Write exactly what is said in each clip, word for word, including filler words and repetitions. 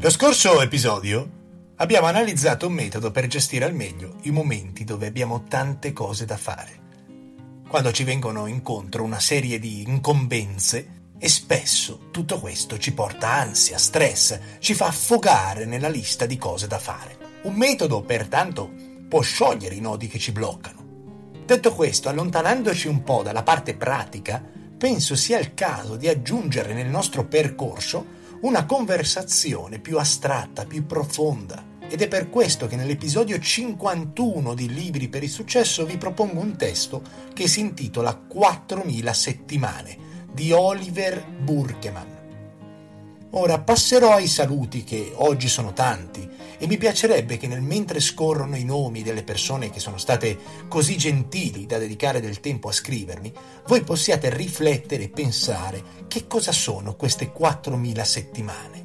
Lo scorso episodio abbiamo analizzato un metodo per gestire al meglio i momenti dove abbiamo tante cose da fare, quando ci vengono incontro una serie di incombenze e spesso tutto questo ci porta ansia, stress, ci fa affogare nella lista di cose da fare. Un metodo, pertanto, può sciogliere i nodi che ci bloccano. Detto questo, allontanandoci un po' dalla parte pratica, penso sia il caso di aggiungere nel nostro percorso una conversazione più astratta, più profonda. Ed è per questo che nell'episodio cinquantuno di Libri per il Successo vi propongo un testo che si intitola quattromila settimane di Oliver Burkeman. Ora passerò ai saluti, che oggi sono tanti, e mi piacerebbe che nel mentre scorrono i nomi delle persone che sono state così gentili da dedicare del tempo a scrivermi, voi possiate riflettere e pensare che cosa sono queste quattromila settimane.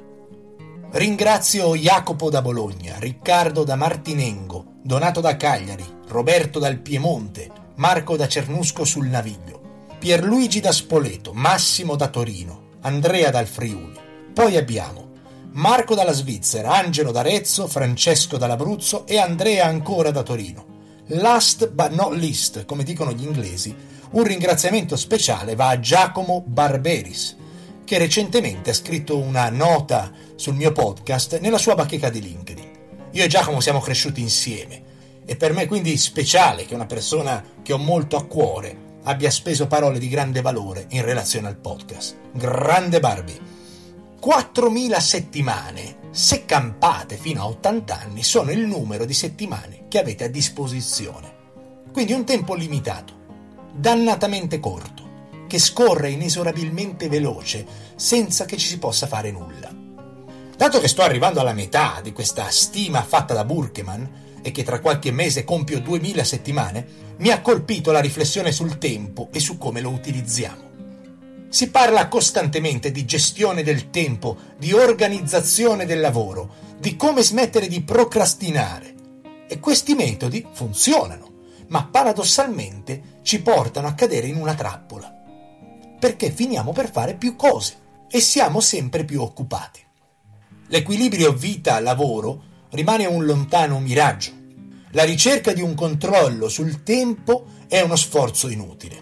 Ringrazio Jacopo da Bologna, Riccardo da Martinengo, Donato da Cagliari, Roberto dal Piemonte, Marco da Cernusco sul Naviglio, Pierluigi da Spoleto, Massimo da Torino, Andrea dal Friuli. Poi abbiamo Marco dalla Svizzera, Angelo da Arezzo, Francesco dall'Abruzzo e Andrea ancora da Torino. Last but not least, come dicono gli inglesi, un ringraziamento speciale va a Giacomo Barberis, che recentemente ha scritto una nota sul mio podcast nella sua bacheca di LinkedIn. Io e Giacomo siamo cresciuti insieme e per me è quindi speciale che una persona che ho molto a cuore abbia speso parole di grande valore in relazione al podcast. Grande Barbie! quattromila settimane, se campate fino a ottanta anni, sono il numero di settimane che avete a disposizione. Quindi un tempo limitato, dannatamente corto, che scorre inesorabilmente veloce senza che ci si possa fare nulla. Dato che sto arrivando alla metà di questa stima fatta da Burkeman e che tra qualche mese compio duemila settimane, mi ha colpito la riflessione sul tempo e su come lo utilizziamo. Si parla costantemente di gestione del tempo, di organizzazione del lavoro, di come smettere di procrastinare. E questi metodi funzionano, ma paradossalmente ci portano a cadere in una trappola, perché finiamo per fare più cose e siamo sempre più occupati. L'equilibrio vita-lavoro rimane un lontano miraggio. La ricerca di un controllo sul tempo è uno sforzo inutile.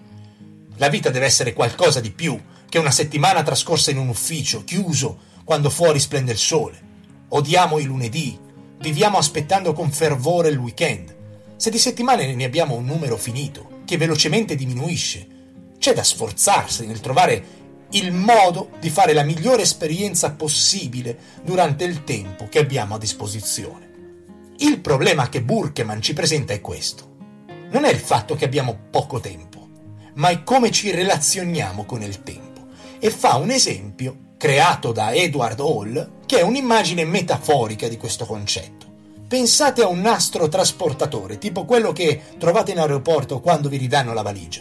La vita deve essere qualcosa di più che una settimana trascorsa in un ufficio, chiuso, quando fuori splende il sole. Odiamo i lunedì, viviamo aspettando con fervore il weekend. Se di settimane ne abbiamo un numero finito, che velocemente diminuisce, c'è da sforzarsi nel trovare il modo di fare la migliore esperienza possibile durante il tempo che abbiamo a disposizione. Il problema che Burkeman ci presenta è questo. Non è il fatto che abbiamo poco tempo, ma è come ci relazioniamo con il tempo, e fa un esempio creato da Edward Hall che è un'immagine metaforica di questo concetto. Pensate a un nastro trasportatore, tipo quello che trovate in aeroporto quando vi ridanno la valigia.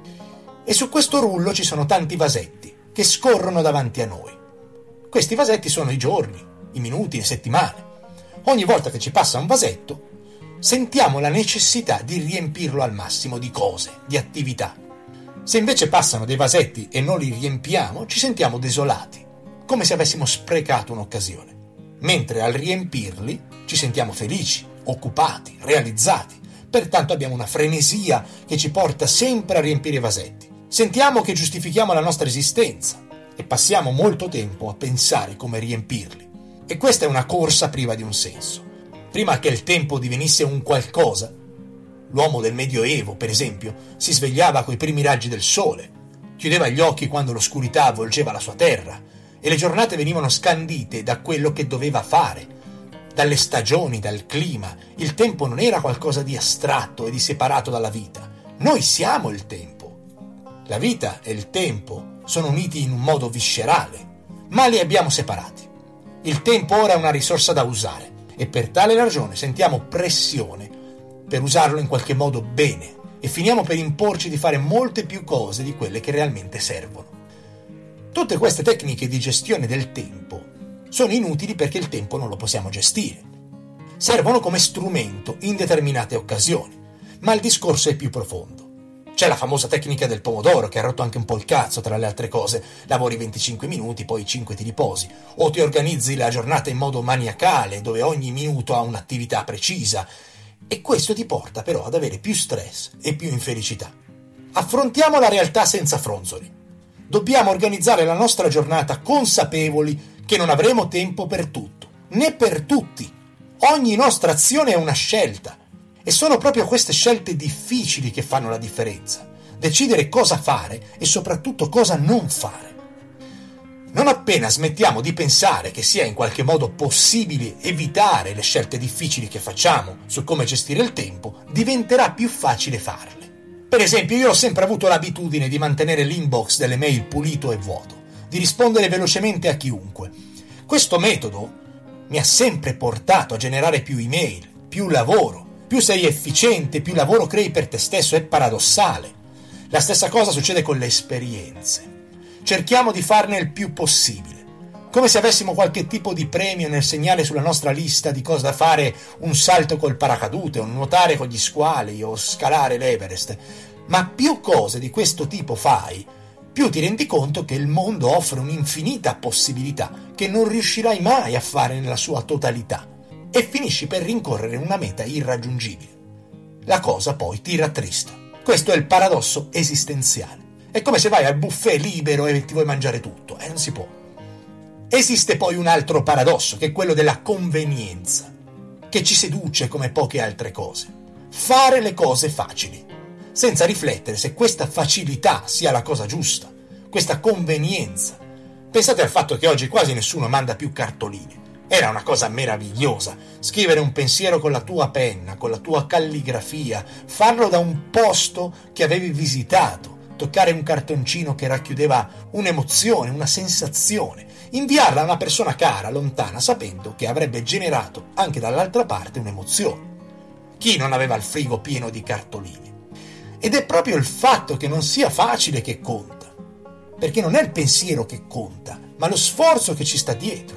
E su questo rullo ci sono tanti vasetti che scorrono davanti a noi. Questi vasetti sono i giorni, i minuti, le settimane. Ogni volta che ci passa un vasetto, sentiamo la necessità di riempirlo al massimo di cose, di attività. Se invece passano dei vasetti e non li riempiamo, ci sentiamo desolati, come se avessimo sprecato un'occasione. Mentre al riempirli ci sentiamo felici, occupati, realizzati. Pertanto abbiamo una frenesia che ci porta sempre a riempire i vasetti. Sentiamo che giustifichiamo la nostra esistenza e passiamo molto tempo a pensare come riempirli. E questa è una corsa priva di un senso. Prima che il tempo divenisse un qualcosa, l'uomo del Medioevo, per esempio, si svegliava coi primi raggi del sole, chiudeva gli occhi quando l'oscurità avvolgeva la sua terra e le giornate venivano scandite da quello che doveva fare, dalle stagioni, dal clima. Il tempo non era qualcosa di astratto e di separato dalla vita. Noi siamo il tempo. La vita e il tempo sono uniti in un modo viscerale, ma li abbiamo separati. Il tempo ora è una risorsa da usare e per tale ragione sentiamo pressione per usarlo in qualche modo bene e finiamo per imporci di fare molte più cose di quelle che realmente servono. Tutte queste tecniche di gestione del tempo sono inutili perché il tempo non lo possiamo gestire. Servono come strumento in determinate occasioni, ma il discorso è più profondo. C'è la famosa tecnica del pomodoro che ha rotto anche un po' il cazzo, tra le altre cose. Lavori venticinque minuti, poi cinque ti riposi. O ti organizzi la giornata in modo maniacale, dove ogni minuto ha un'attività precisa. E questo ti porta però ad avere più stress e più infelicità. Affrontiamo la realtà senza fronzoli. Dobbiamo organizzare la nostra giornata consapevoli che non avremo tempo per tutto, né per tutti. Ogni nostra azione è una scelta. E sono proprio queste scelte difficili che fanno la differenza. Decidere cosa fare e soprattutto cosa non fare. Non appena smettiamo di pensare che sia in qualche modo possibile evitare le scelte difficili che facciamo su come gestire il tempo, diventerà più facile farle. Per esempio, io ho sempre avuto l'abitudine di mantenere l'inbox delle mail pulito e vuoto, di rispondere velocemente a chiunque. Questo metodo mi ha sempre portato a generare più email, più lavoro. Più sei efficiente, più lavoro crei per te stesso, è paradossale. La stessa cosa succede con le esperienze. Cerchiamo di farne il più possibile, come se avessimo qualche tipo di premio nel segnale sulla nostra lista di cose da fare un salto col paracadute, o nuotare con gli squali, o scalare l'Everest. Ma più cose di questo tipo fai, più ti rendi conto che il mondo offre un'infinita possibilità che non riuscirai mai a fare nella sua totalità. E finisci per rincorrere una meta irraggiungibile. La cosa poi ti rattrista. Questo è il paradosso esistenziale. È come se vai al buffet libero e ti vuoi mangiare tutto, e eh, non si può. Esiste poi un altro paradosso, che è quello della convenienza, che ci seduce come poche altre cose. Fare le cose facili, senza riflettere se questa facilità sia la cosa giusta, questa convenienza. Pensate al fatto che oggi quasi nessuno manda più cartoline. Era una cosa meravigliosa, scrivere un pensiero con la tua penna, con la tua calligrafia, farlo da un posto che avevi visitato, toccare un cartoncino che racchiudeva un'emozione, una sensazione, inviarla a una persona cara, lontana, sapendo che avrebbe generato anche dall'altra parte un'emozione. Chi non aveva il frigo pieno di cartoline? Ed è proprio il fatto che non sia facile che conta, perché non è il pensiero che conta, ma lo sforzo che ci sta dietro.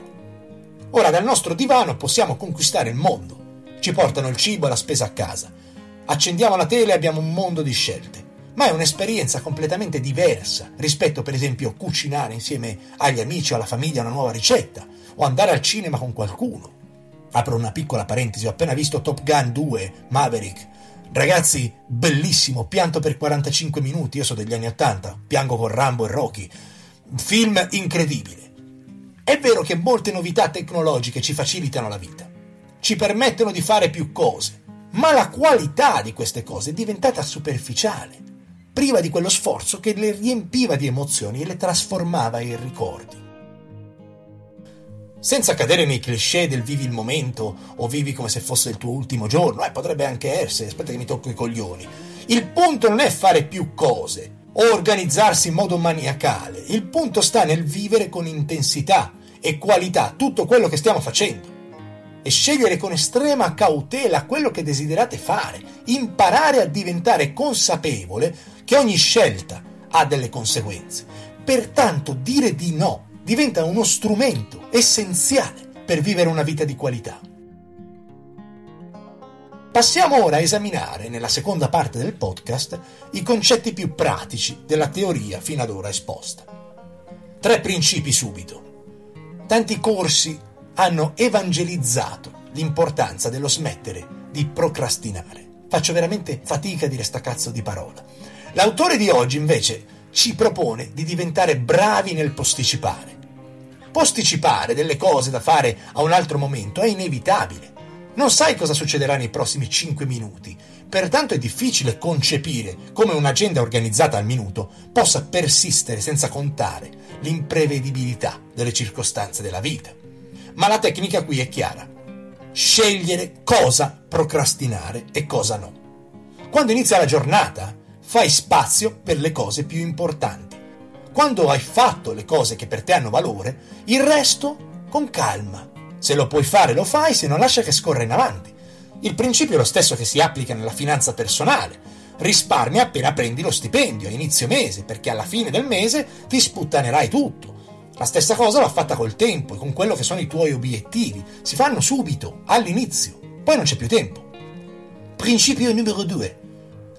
Ora dal nostro divano possiamo conquistare il mondo. Ci portano il cibo e la spesa a casa. Accendiamo la tele e abbiamo un mondo di scelte. Ma è un'esperienza completamente diversa rispetto, per esempio, a cucinare insieme agli amici o alla famiglia una nuova ricetta, o andare al cinema con qualcuno. Apro una piccola parentesi, ho appena visto Top Gun due, Maverick. Ragazzi, bellissimo, pianto per quarantacinque minuti, io sono degli anni ottanta, piango con Rambo e Rocky. Film incredibile. È vero che molte novità tecnologiche ci facilitano la vita, ci permettono di fare più cose, ma la qualità di queste cose è diventata superficiale, priva di quello sforzo che le riempiva di emozioni e le trasformava in ricordi. Senza cadere nei cliché del vivi il momento o vivi come se fosse il tuo ultimo giorno, eh, potrebbe anche essere, aspetta che mi tocco i coglioni. Il punto non è fare più cose o organizzarsi in modo maniacale, il punto sta nel vivere con intensità e qualità tutto quello che stiamo facendo e scegliere con estrema cautela quello che desiderate fare, imparare a diventare consapevole che ogni scelta ha delle conseguenze. Pertanto dire di no diventa uno strumento essenziale per vivere una vita di qualità. Passiamo ora a esaminare, nella seconda parte del podcast, i concetti più pratici della teoria fino ad ora esposta. Tre principi subito. Tanti corsi hanno evangelizzato l'importanza dello smettere di procrastinare. Faccio veramente fatica a dire sta cazzo di parola. L'autore di oggi, invece, ci propone di diventare bravi nel posticipare. Posticipare delle cose da fare a un altro momento è inevitabile. Non sai cosa succederà nei prossimi cinque minuti, pertanto è difficile concepire come un'agenda organizzata al minuto possa persistere senza contare l'imprevedibilità delle circostanze della vita. Ma la tecnica qui è chiara: scegliere cosa procrastinare e cosa no. Quando inizia la giornata, fai spazio per le cose più importanti. Quando hai fatto le cose che per te hanno valore, il resto con calma. Se lo puoi fare lo fai, se no lascia che scorra in avanti. Il principio è lo stesso che si applica nella finanza personale. Risparmia appena prendi lo stipendio a inizio mese, perché alla fine del mese ti sputtanerai tutto. La stessa cosa va fatta col tempo e con quello che sono i tuoi obiettivi. Si fanno subito, all'inizio, poi non c'è più tempo. Principio numero due.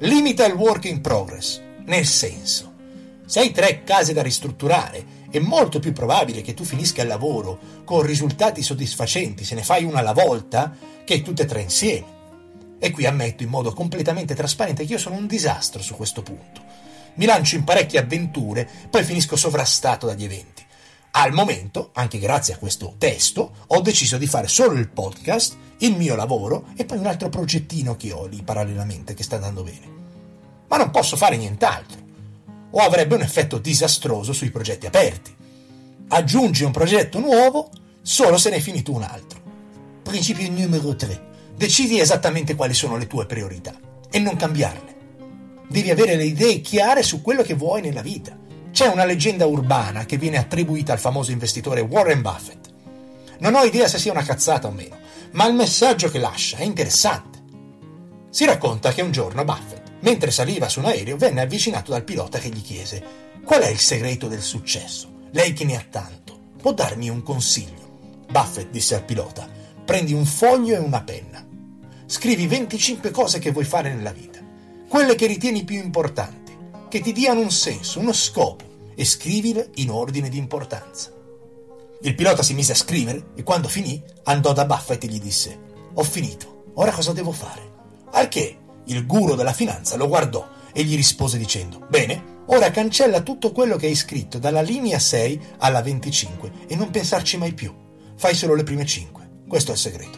limita il work in progress, nel senso, se hai tre case da ristrutturare, è molto più probabile che tu finisca il lavoro con risultati soddisfacenti se ne fai una alla volta che tutte e tre insieme. E qui ammetto in modo completamente trasparente che io sono un disastro su questo punto. Mi lancio in parecchie avventure, poi finisco sovrastato dagli eventi. Al momento, anche grazie a questo testo, ho deciso di fare solo il podcast, il mio lavoro e poi un altro progettino che ho lì parallelamente che sta andando bene. Ma non posso fare nient'altro, o avrebbe un effetto disastroso sui progetti aperti. Aggiungi un progetto nuovo solo se ne è finito un altro. Principio numero tre. Decidi esattamente quali sono le tue priorità e non cambiarle. Devi avere le idee chiare su quello che vuoi nella vita. C'è una leggenda urbana che viene attribuita al famoso investitore Warren Buffett. Non ho idea se sia una cazzata o meno, ma il messaggio che lascia è interessante. Si racconta che un giorno Buffett, mentre saliva su un aereo, venne avvicinato dal pilota che gli chiese: qual è il segreto del successo? Lei che ne ha tanto, può darmi un consiglio? Buffett disse al pilota: prendi un foglio e una penna. Scrivi venticinque cose che vuoi fare nella vita, quelle che ritieni più importanti, che ti diano un senso, uno scopo, e scrivile in ordine di importanza. Il pilota si mise a scrivere e quando finì andò da Buffett e gli disse: ho finito, ora cosa devo fare? Al che il guru della finanza lo guardò e gli rispose dicendo: bene, ora cancella tutto quello che hai scritto dalla linea sei alla venticinque e non pensarci mai più, fai solo le prime cinque, questo è il segreto.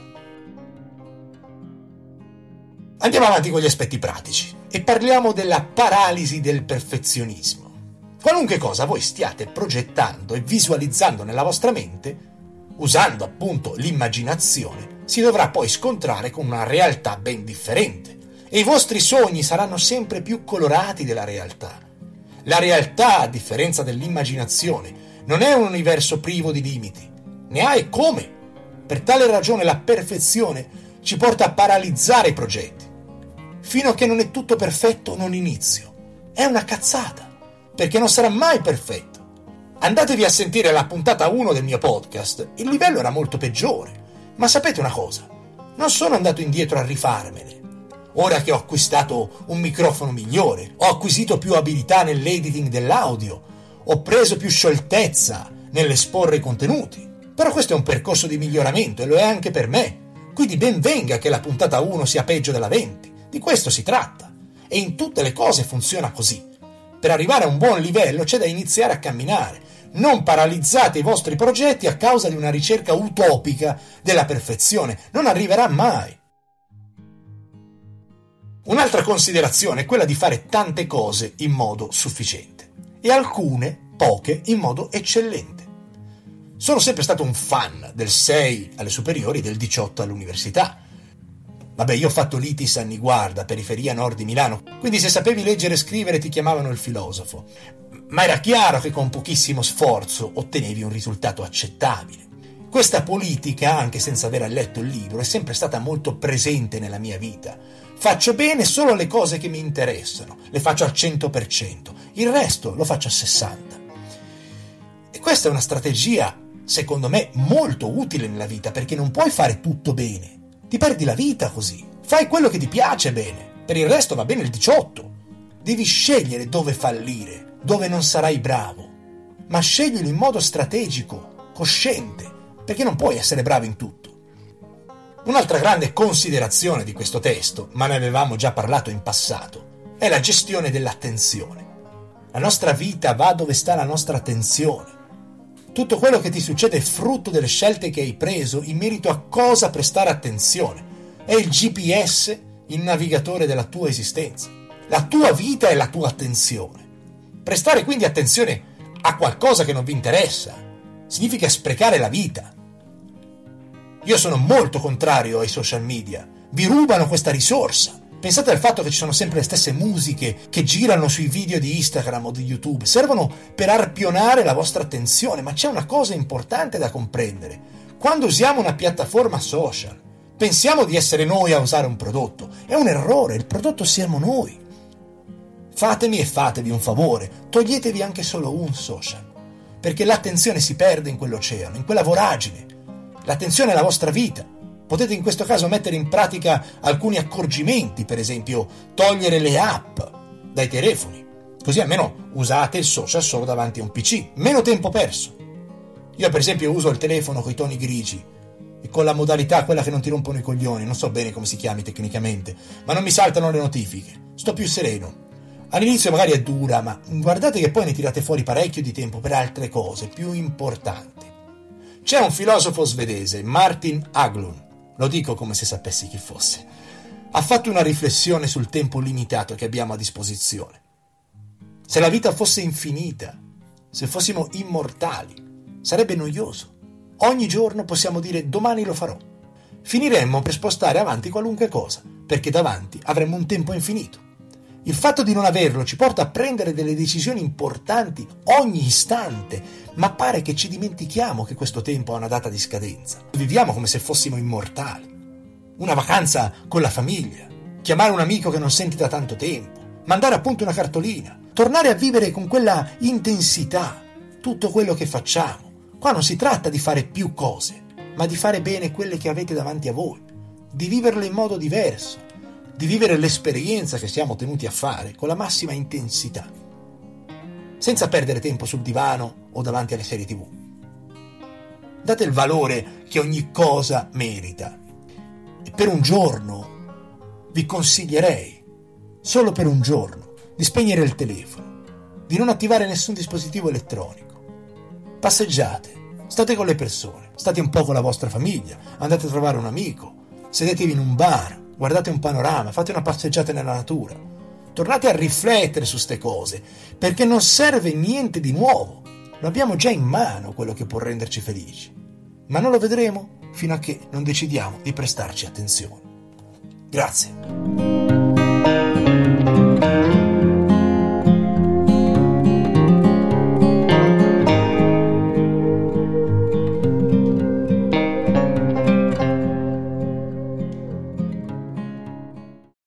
Andiamo avanti con gli aspetti pratici e parliamo della paralisi del perfezionismo. Qualunque cosa voi stiate progettando e visualizzando nella vostra mente, usando appunto l'immaginazione, si dovrà poi scontrare con una realtà ben differente e i vostri sogni saranno sempre più colorati della realtà. La realtà, a differenza dell'immaginazione, non è un universo privo di limiti, ne ha e come. Per tale ragione la perfezione ci porta a paralizzare i progetti. Fino a che non è tutto perfetto non inizio. È una cazzata, perché non sarà mai perfetto. Andatevi a sentire la puntata uno del mio podcast, il livello era molto peggiore. Ma sapete una cosa? Non sono andato indietro a rifarmene. Ora che ho acquistato un microfono migliore, ho acquisito più abilità nell'editing dell'audio, ho preso più scioltezza nell'esporre i contenuti. Però questo è un percorso di miglioramento e lo è anche per me. Quindi ben venga che la puntata uno sia peggio della venti. Di questo si tratta. E in tutte le cose funziona così. Per arrivare a un buon livello c'è da iniziare a camminare. Non paralizzate i vostri progetti a causa di una ricerca utopica della perfezione. Non arriverà mai. Un'altra considerazione è quella di fare tante cose in modo sufficiente e alcune, poche, in modo eccellente. Sono sempre stato un fan del sei alle superiori e del diciotto all'università. Vabbè, io ho fatto l'I T I San Niguarda, periferia nord di Milano, quindi se sapevi leggere e scrivere ti chiamavano il filosofo. Ma era chiaro che con pochissimo sforzo ottenevi un risultato accettabile. Questa politica, anche senza aver letto il libro, è sempre stata molto presente nella mia vita. Faccio bene solo le cose che mi interessano, le faccio al cento per cento, il resto lo faccio al sessanta per cento. E questa è una strategia, secondo me, molto utile nella vita, perché non puoi fare tutto bene. Ti perdi la vita così. Fai quello che ti piace bene. Per il resto va bene il diciotto. Devi scegliere dove fallire, dove non sarai bravo. Ma sceglilo in modo strategico, cosciente, perché non puoi essere bravo in tutto. Un'altra grande considerazione di questo testo, ma ne avevamo già parlato in passato, è la gestione dell'attenzione. La nostra vita va dove sta la nostra attenzione. Tutto quello che ti succede è frutto delle scelte che hai preso in merito a cosa prestare attenzione. È il G P S, il navigatore della tua esistenza. La tua vita è la tua attenzione. Prestare quindi attenzione a qualcosa che non vi interessa significa sprecare la vita. Io sono molto contrario ai social media. Vi rubano questa risorsa. Pensate al fatto che ci sono sempre le stesse musiche che girano sui video di Instagram o di YouTube. Servono per arpionare la vostra attenzione, ma c'è una cosa importante da comprendere. Quando usiamo una piattaforma social, pensiamo di essere noi a usare un prodotto. È un errore, il prodotto siamo noi. Fatemi e fatevi un favore, toglietevi anche solo un social, perché l'attenzione si perde in quell'oceano, in quella voragine. L'attenzione è la vostra vita. Potete in questo caso mettere in pratica alcuni accorgimenti, per esempio togliere le app dai telefoni, così almeno usate il social solo davanti a un P C, meno tempo perso. Io per esempio uso il telefono con i toni grigi e con la modalità quella che non ti rompono i coglioni, non so bene come si chiami tecnicamente, ma non mi saltano le notifiche, sto più sereno. All'inizio magari è dura, ma guardate che poi ne tirate fuori parecchio di tempo per altre cose più importanti. C'è un filosofo svedese, Martin Haglund, lo dico come se sapessi chi fosse, ha fatto una riflessione sul tempo limitato che abbiamo a disposizione. Se la vita fosse infinita, se fossimo immortali, sarebbe noioso. Ogni giorno possiamo dire domani lo farò. Finiremmo per spostare avanti qualunque cosa, perché davanti avremmo un tempo infinito. Il fatto di non averlo ci porta a prendere delle decisioni importanti ogni istante, ma pare che ci dimentichiamo che questo tempo ha una data di scadenza. Viviamo come se fossimo immortali. Una vacanza con la famiglia, chiamare un amico che non senti da tanto tempo, mandare appunto una cartolina, tornare a vivere con quella intensità tutto quello che facciamo. Qua non si tratta di fare più cose, ma di fare bene quelle che avete davanti a voi, di viverle in modo diverso, di vivere l'esperienza che siamo tenuti a fare con la massima intensità, senza perdere tempo sul divano o davanti alle serie tivù. Date il valore che ogni cosa merita. E per un giorno vi consiglierei, solo per un giorno, di spegnere il telefono, di non attivare nessun dispositivo elettronico. Passeggiate, state con le persone, state un po' con la vostra famiglia, andate a trovare un amico, sedetevi in un bar, guardate un panorama, fate una passeggiata nella natura. Tornate a riflettere su ste cose, perché non serve niente di nuovo. Lo abbiamo già in mano quello che può renderci felici. Ma non lo vedremo fino a che non decidiamo di prestarci attenzione. Grazie.